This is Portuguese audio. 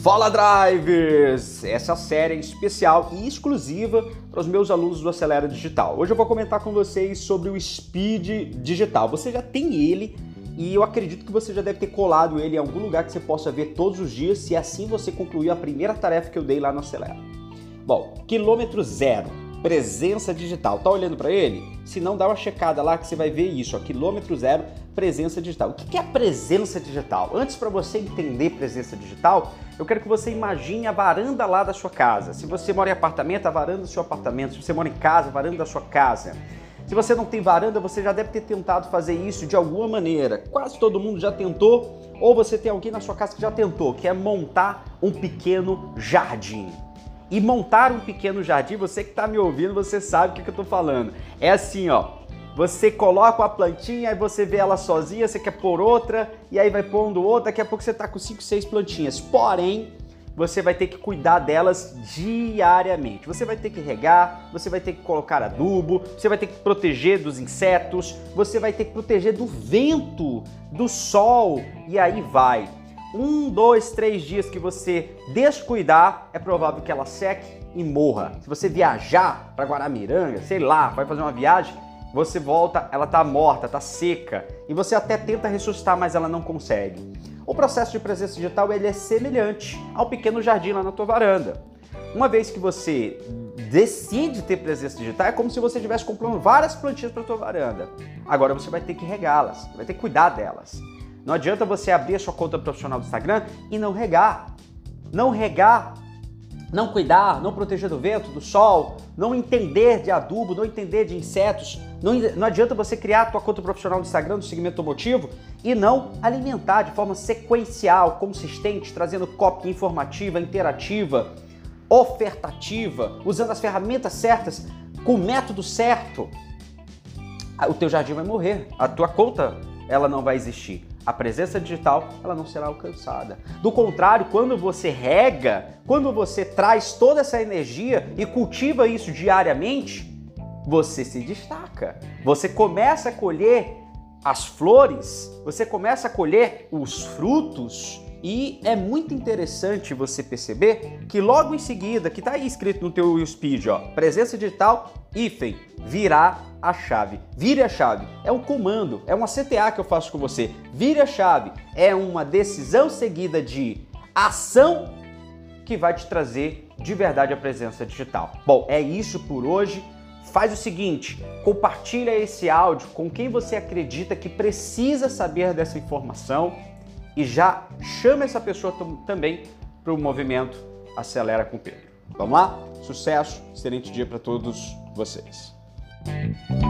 Fala Drivers! Essa série é especial e exclusiva para os meus alunos do Acelera Digital. Hoje eu vou comentar com vocês sobre o Speed Digital. Você já tem ele e eu acredito que você já deve ter colado ele em algum lugar que você possa ver todos os dias, se assim você concluir a primeira tarefa que eu dei lá no Acelera. Bom, quilômetro zero, presença digital. Tá olhando para ele? Se não, dá uma checada lá que você vai ver isso, ó, quilômetro zero, presença digital. O que é a presença digital? Antes, para você entender presença digital, eu quero que você imagine a varanda lá da sua casa. Se você mora em apartamento, a varanda do seu apartamento. Se você mora em casa, a varanda da sua casa. Se você não tem varanda, você já deve ter tentado fazer isso de alguma maneira. Quase todo mundo já tentou, ou você tem alguém na sua casa que já tentou, que é montar um pequeno jardim. E montar um pequeno jardim, você que está me ouvindo, você sabe o que eu estou falando. É assim, ó. Você coloca uma plantinha, aí você vê ela sozinha, você quer pôr outra, e aí vai pondo outra, daqui a pouco você está com 5, 6 plantinhas. Porém, você vai ter que cuidar delas diariamente. Você vai ter que regar, você vai ter que colocar adubo, você vai ter que proteger dos insetos, você vai ter que proteger do vento, do sol, e aí vai. 1, 2, 3 dias que você descuidar, é provável que ela seque e morra. Se você viajar para Guaramiranga, sei lá, vai fazer uma viagem, você volta, ela tá morta, tá seca, e você até tenta ressuscitar, mas ela não consegue. O processo de presença digital ele é semelhante ao pequeno jardim lá na tua varanda. Uma vez que você decide ter presença digital, é como se você estivesse comprando várias plantinhas para tua varanda. Agora você vai ter que regá-las, vai ter que cuidar delas. Não adianta você abrir a sua conta profissional do Instagram e não regar. Não regar, não cuidar, não proteger do vento, do sol, não entender de adubo, não entender de insetos. Não adianta você criar a tua conta profissional do Instagram, do segmento automotivo, e não alimentar de forma sequencial, consistente, trazendo copy informativa, interativa, ofertativa, usando as ferramentas certas, com o método certo. O teu jardim vai morrer, a tua conta ela não vai existir. A presença digital, ela não será alcançada. Do contrário, quando você rega, quando você traz toda essa energia e cultiva isso diariamente, você se destaca. Você começa a colher as flores, você começa a colher os frutos e é muito interessante você perceber que logo em seguida, que está aí escrito no teu Speed, ó, presença digital, hífen, virar a chave. Vire a chave. É um comando, é uma CTA que eu faço com você. Vire a chave. É uma decisão seguida de ação que vai te trazer de verdade a presença digital. Bom, é isso por hoje. Faz o seguinte, compartilha esse áudio com quem você acredita que precisa saber dessa informação e já chama essa pessoa também para o movimento Acelera com Pedro. Vamos lá? Sucesso, excelente dia para todos vocês.